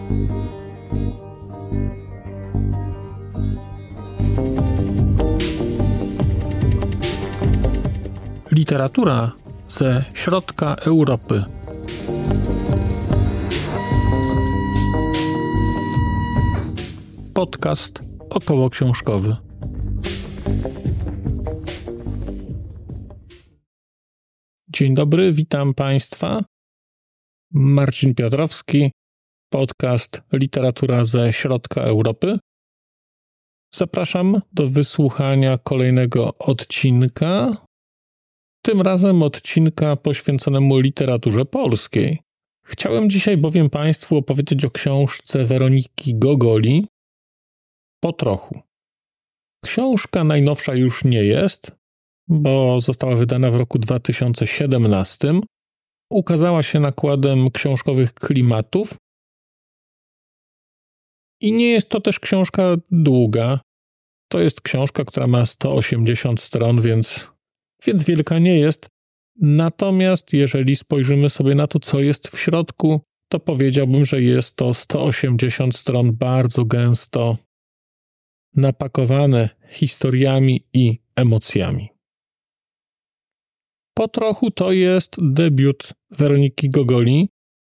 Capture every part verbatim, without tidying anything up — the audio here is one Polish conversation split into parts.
Literatura ze środka Europy. Podcast okołoksiążkowy. Dzień dobry, witam Państwa. Marcin Piotrowski, podcast Literatura ze środka Europy. Zapraszam do wysłuchania kolejnego odcinka. Tym razem odcinka poświęconemu literaturze polskiej. Chciałem dzisiaj bowiem Państwu opowiedzieć o książce Weroniki Gogoli Po trochu. Książka najnowsza już nie jest, bo została wydana w roku dwa tysiące siedemnastym. Ukazała się nakładem Książkowych Klimatów. I nie jest to też książka długa. To jest książka, która ma sto osiemdziesiąt stron, więc, więc wielka nie jest. Natomiast jeżeli spojrzymy sobie na to, co jest w środku, to powiedziałbym, że jest to sto osiemdziesiąt stron bardzo gęsto napakowane historiami i emocjami. Po trochu to jest debiut Weroniki Gogoli.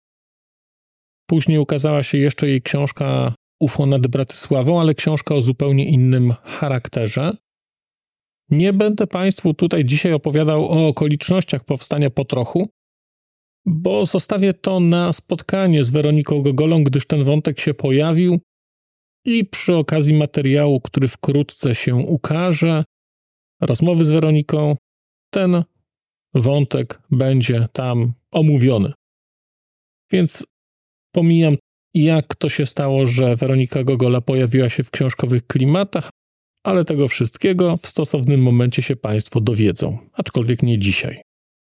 Później ukazała się jeszcze jej książka U F O nad Bratysławą, ale książka o zupełnie innym charakterze. Nie będę Państwu tutaj dzisiaj opowiadał o okolicznościach powstania Po trochu, bo zostawię to na spotkanie z Weroniką Gogolą, gdyż ten wątek się pojawił i przy okazji materiału, który wkrótce się ukaże, rozmowy z Weroniką, ten wątek będzie tam omówiony. Więc pomijam, jak to się stało, że Weronika Gogola pojawiła się w Książkowych Klimatach, ale tego wszystkiego w stosownym momencie się Państwo dowiedzą, aczkolwiek nie dzisiaj.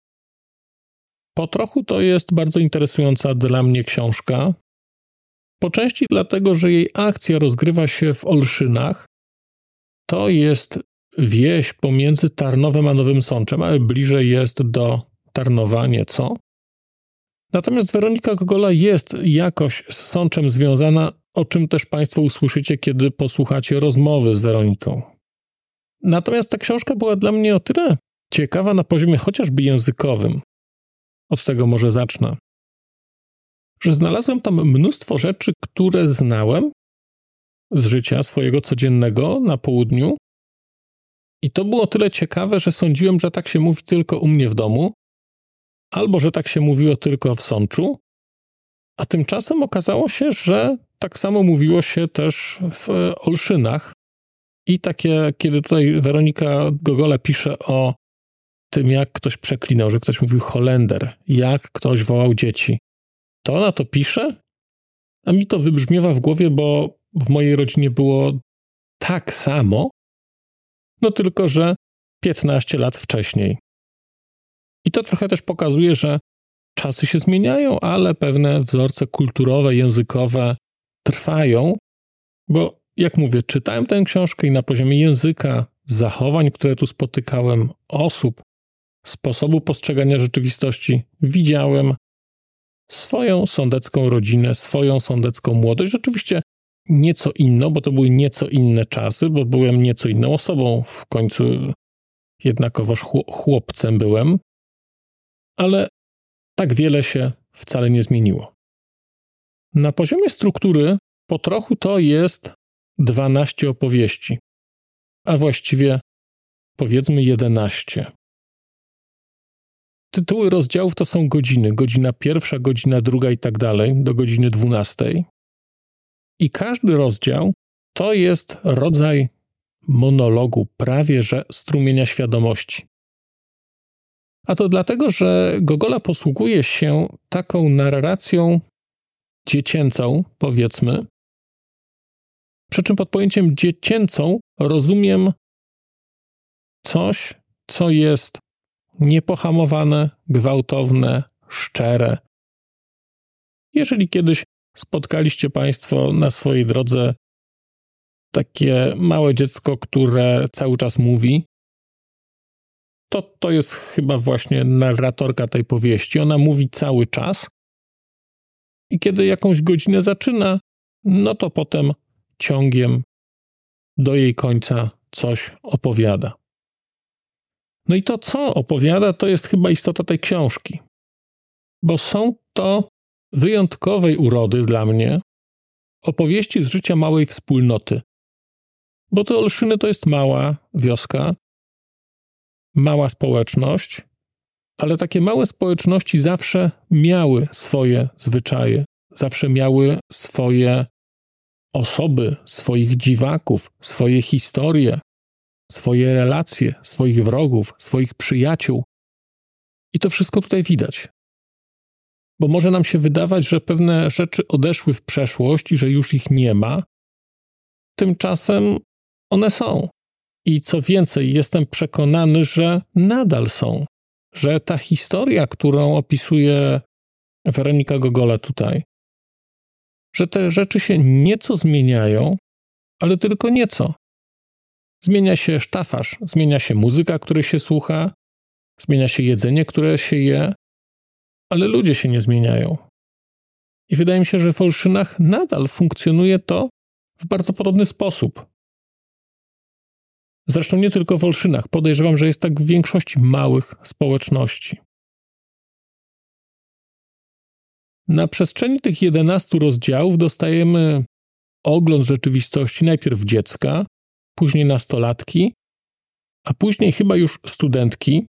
Po trochu to jest bardzo interesująca dla mnie książka, po części dlatego, że jej akcja rozgrywa się w Olszynach. To jest wieś pomiędzy Tarnowem a Nowym Sączem, ale bliżej jest do Tarnowa nieco. Natomiast Weronika Gogola jest jakoś z Sączem związana, o czym też Państwo usłyszycie, kiedy posłuchacie rozmowy z Weroniką. Natomiast ta książka była dla mnie o tyle ciekawa na poziomie chociażby językowym. Od tego może zacznę. Że znalazłem tam mnóstwo rzeczy, które znałem z życia swojego codziennego na południu. I to było tyle ciekawe, że sądziłem, że tak się mówi tylko u mnie w domu, albo że tak się mówiło tylko w Sączu, a tymczasem okazało się, że tak samo mówiło się też w Olszynach. I takie, kiedy tutaj Weronika Gogola pisze o tym, jak ktoś przeklinał, że ktoś mówił Holender, jak ktoś wołał dzieci, to ona to pisze, a mi to wybrzmiewa w głowie, bo w mojej rodzinie było tak samo, no tylko, że piętnaście lat wcześniej. I to trochę też pokazuje, że czasy się zmieniają, ale pewne wzorce kulturowe, językowe trwają, bo jak mówię, czytałem tę książkę i na poziomie języka, zachowań, które tu spotykałem, osób, sposobu postrzegania rzeczywistości, widziałem swoją sądecką rodzinę, swoją sądecką młodość. Rzeczywiście nieco inną, bo to były nieco inne czasy, bo byłem nieco inną osobą. W końcu jednakowoż chłopcem byłem, ale tak wiele się wcale nie zmieniło. Na poziomie struktury po trochu to jest dwanaście opowieści, a właściwie powiedzmy jedenaście. Tytuły rozdziałów to są godziny. Godzina pierwsza, godzina druga i tak dalej, do godziny dwunastej. I każdy rozdział to jest rodzaj monologu, prawie że strumienia świadomości. A to dlatego, że Gogola posługuje się taką narracją dziecięcą, powiedzmy. Przy czym pod pojęciem dziecięcą rozumiem coś, co jest niepohamowane, gwałtowne, szczere. Jeżeli kiedyś spotkaliście Państwo na swojej drodze takie małe dziecko, które cały czas mówi, to to jest chyba właśnie narratorka tej powieści. Ona mówi cały czas, i kiedy jakąś godzinę zaczyna, no to potem ciągiem do jej końca coś opowiada. No i to, co opowiada, to jest chyba istota tej książki, bo są to wyjątkowej urody dla mnie opowieści z życia małej wspólnoty. Bo te Olszyny to jest mała wioska, mała społeczność, ale takie małe społeczności zawsze miały swoje zwyczaje, zawsze miały swoje osoby, swoich dziwaków, swoje historie, swoje relacje, swoich wrogów, swoich przyjaciół. I to wszystko tutaj widać. Bo może nam się wydawać, że pewne rzeczy odeszły w przeszłość i że już ich nie ma. Tymczasem one są. I co więcej, jestem przekonany, że nadal są. Że ta historia, którą opisuje Weronika Gogola tutaj, że te rzeczy się nieco zmieniają, ale tylko nieco. Zmienia się sztafaż, zmienia się muzyka, której się słucha, zmienia się jedzenie, które się je, ale ludzie się nie zmieniają. I wydaje mi się, że w Olszynach nadal funkcjonuje to w bardzo podobny sposób. Zresztą nie tylko w Olszynach. Podejrzewam, że jest tak w większości małych społeczności. Na przestrzeni tych jedenastu rozdziałów dostajemy ogląd rzeczywistości najpierw dziecka, później nastolatki, a później chyba już studentki.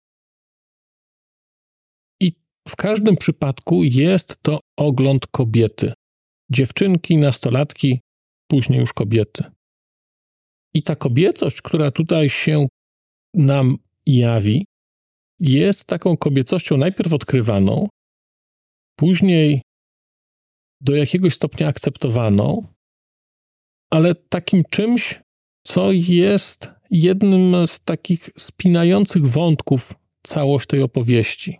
I w każdym przypadku jest to ogląd kobiety. Dziewczynki, nastolatki, później już kobiety. I ta kobiecość, która tutaj się nam jawi, jest taką kobiecością najpierw odkrywaną, później do jakiegoś stopnia akceptowaną, ale takim czymś, co jest jednym z takich spinających wątków całość tej opowieści.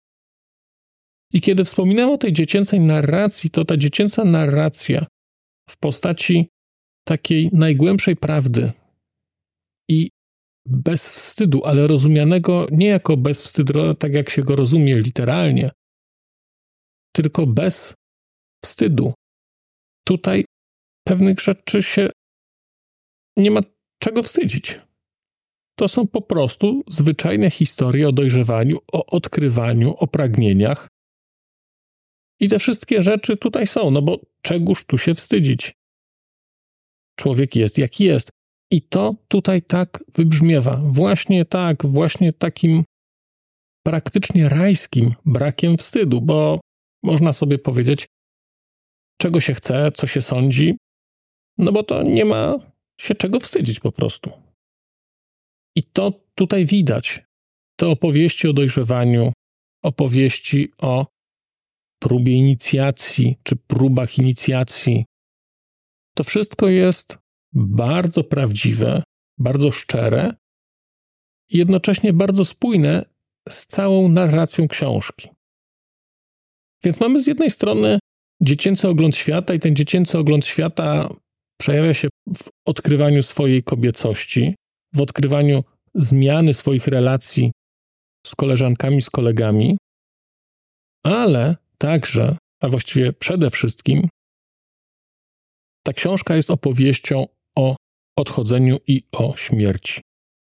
I kiedy wspominam o tej dziecięcej narracji, to ta dziecięca narracja w postaci takiej najgłębszej prawdy i bez wstydu, ale rozumianego nie jako bez wstydu, tak jak się go rozumie literalnie, tylko bez wstydu. Tutaj pewnych rzeczy się nie ma czego wstydzić. To są po prostu zwyczajne historie o dojrzewaniu, o odkrywaniu, o pragnieniach. I te wszystkie rzeczy tutaj są, no bo czegóż tu się wstydzić? Człowiek jest jaki jest. I to tutaj tak wybrzmiewa. Właśnie tak, właśnie takim praktycznie rajskim brakiem wstydu, bo można sobie powiedzieć, czego się chce, co się sądzi, no bo to nie ma się czego wstydzić po prostu. I to tutaj widać. Te opowieści o dojrzewaniu, opowieści o próbie inicjacji, czy próbach inicjacji. To wszystko jest bardzo prawdziwe, bardzo szczere i jednocześnie bardzo spójne z całą narracją książki. Więc mamy z jednej strony dziecięcy ogląd świata i ten dziecięcy ogląd świata przejawia się w odkrywaniu swojej kobiecości, w odkrywaniu zmiany swoich relacji z koleżankami, z kolegami, ale także, a właściwie przede wszystkim, ta książka jest opowieścią o odchodzeniu i o śmierci.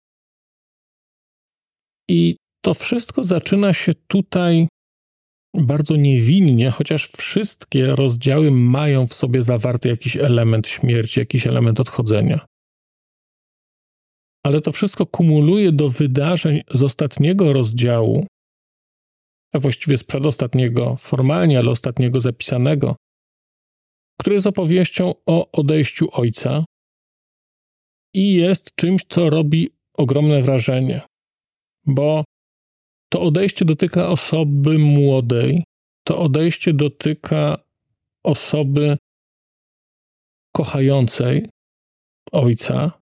I to wszystko zaczyna się tutaj bardzo niewinnie, chociaż wszystkie rozdziały mają w sobie zawarty jakiś element śmierci, jakiś element odchodzenia. Ale to wszystko kumuluje do wydarzeń z ostatniego rozdziału, a właściwie z przedostatniego formalnie, ale ostatniego zapisanego, który jest opowieścią o odejściu ojca i jest czymś, co robi ogromne wrażenie, bo to odejście dotyka osoby młodej, to odejście dotyka osoby kochającej ojca,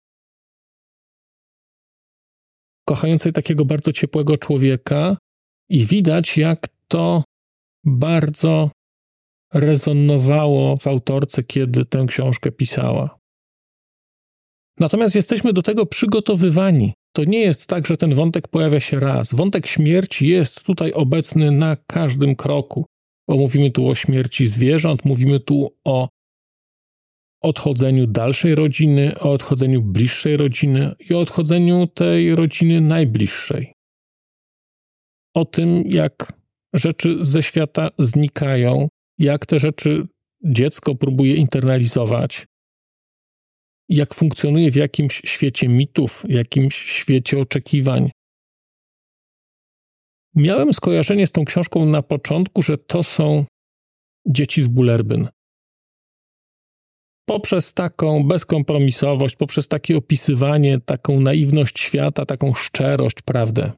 kochającej takiego bardzo ciepłego człowieka i widać, jak to bardzo rezonowało w autorce, kiedy tę książkę pisała. Natomiast jesteśmy do tego przygotowywani. To nie jest tak, że ten wątek pojawia się raz. Wątek śmierci jest tutaj obecny na każdym kroku. bo mówimy tu o śmierci zwierząt, mówimy tu o odchodzeniu dalszej rodziny, o odchodzeniu bliższej rodziny i o odchodzeniu tej rodziny najbliższej. O tym, jak rzeczy ze świata znikają, jak te rzeczy dziecko próbuje internalizować, jak funkcjonuje w jakimś świecie mitów, jakimś świecie oczekiwań. Miałem skojarzenie z tą książką na początku, że to są dzieci z Bullerbyn. Poprzez taką bezkompromisowość, poprzez takie opisywanie, taką naiwność świata, taką szczerość, prawdę.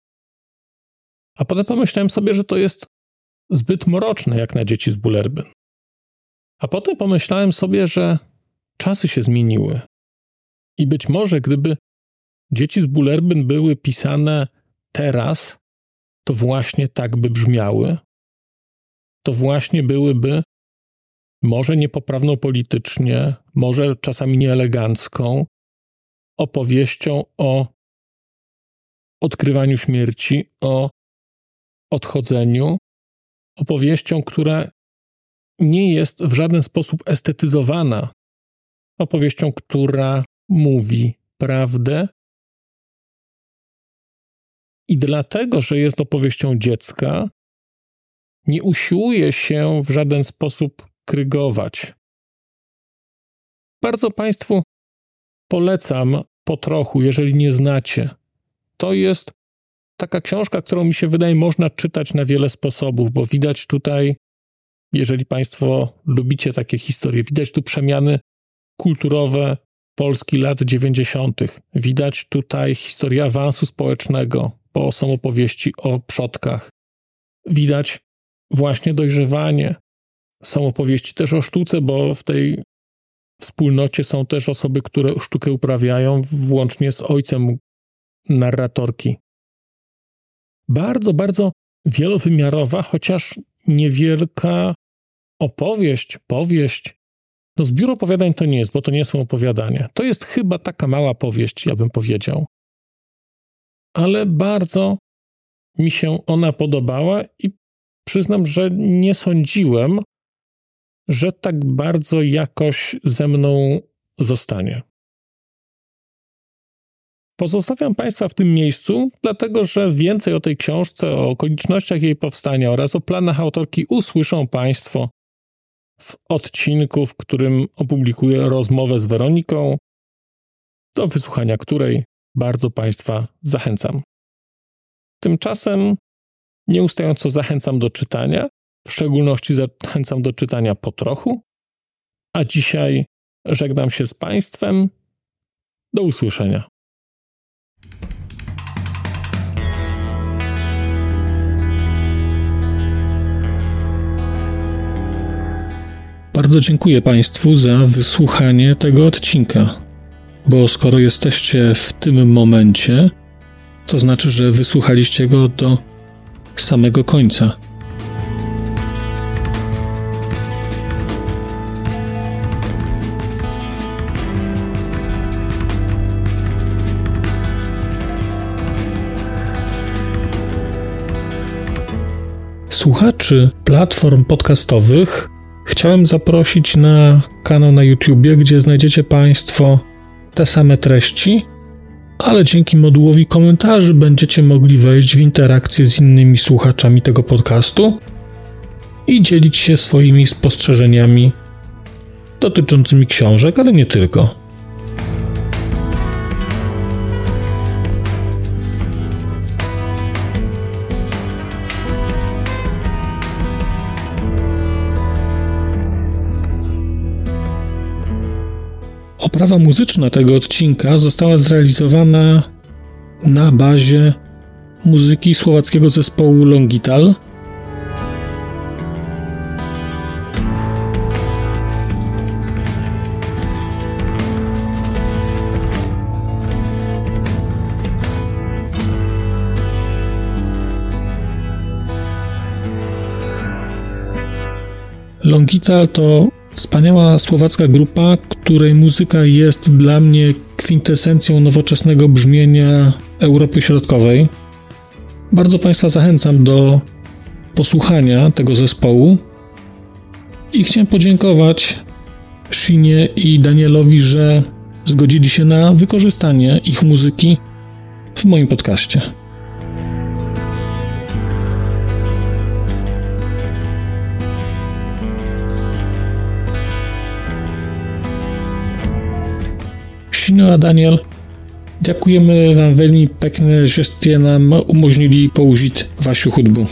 A potem pomyślałem sobie, że to jest zbyt mroczne jak na dzieci z Bullerbyn. A potem pomyślałem sobie, że czasy się zmieniły. I być może gdyby dzieci z Bullerbyn były pisane teraz, to właśnie tak by brzmiały. To właśnie byłyby może niepoprawną politycznie, może czasami nieelegancką opowieścią o odkrywaniu śmierci, o odchodzeniu, opowieścią, która nie jest w żaden sposób estetyzowana, opowieścią, która mówi prawdę i dlatego, że jest opowieścią dziecka, nie usiłuje się w żaden sposób krygować. Bardzo Państwu polecam po trochu, jeżeli nie znacie. To jest taka książka, którą mi się wydaje można czytać na wiele sposobów, bo widać tutaj, jeżeli Państwo lubicie takie historie, widać tu przemiany kulturowe Polski lat dziewięćdziesiątych. Widać tutaj historię awansu społecznego, bo są opowieści o przodkach. Widać właśnie dojrzewanie. Są opowieści też o sztuce, bo w tej wspólnocie są też osoby, które sztukę uprawiają, włącznie z ojcem narratorki. Bardzo, bardzo wielowymiarowa, chociaż niewielka opowieść, powieść. No zbiór opowiadań to nie jest, bo to nie są opowiadania. To jest chyba taka mała powieść, ja bym powiedział. Ale bardzo mi się ona podobała i przyznam, że nie sądziłem, że tak bardzo jakoś ze mną zostanie. Pozostawiam Państwa w tym miejscu, dlatego że więcej o tej książce, o okolicznościach jej powstania oraz o planach autorki usłyszą Państwo w odcinku, w którym opublikuję rozmowę z Weroniką, do wysłuchania której bardzo Państwa zachęcam. Tymczasem nieustająco zachęcam do czytania, w szczególności zachęcam do czytania po trochu, a dzisiaj żegnam się z Państwem. Do usłyszenia. Bardzo dziękuję Państwu za wysłuchanie tego odcinka, bo skoro jesteście w tym momencie, to znaczy, że wysłuchaliście go do samego końca. Słuchaczy platform podcastowych chciałem zaprosić na kanał na YouTubie, gdzie znajdziecie Państwo te same treści, ale dzięki modułowi komentarzy będziecie mogli wejść w interakcję z innymi słuchaczami tego podcastu i dzielić się swoimi spostrzeżeniami dotyczącymi książek, ale nie tylko. Oprawa muzyczna tego odcinka została zrealizowana na bazie muzyki słowackiego zespołu Longital. Longital to wspaniała słowacka grupa, której muzyka jest dla mnie kwintesencją nowoczesnego brzmienia Europy Środkowej. Bardzo Państwa zachęcam do posłuchania tego zespołu i chciałem podziękować Shinie i Danielowi, że zgodzili się na wykorzystanie ich muzyki w moim podcaście. Shino a Daniel, ďakujeme vám veľmi pekne, že ste nám umožnili použiť vašu hudbu.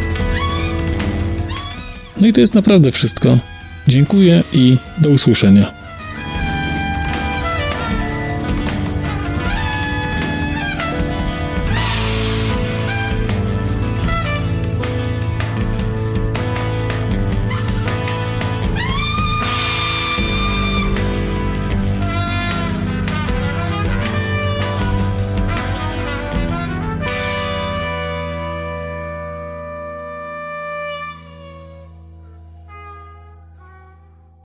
No i to jest naprawdę wszystko. Dziękuję i do usłyszenia.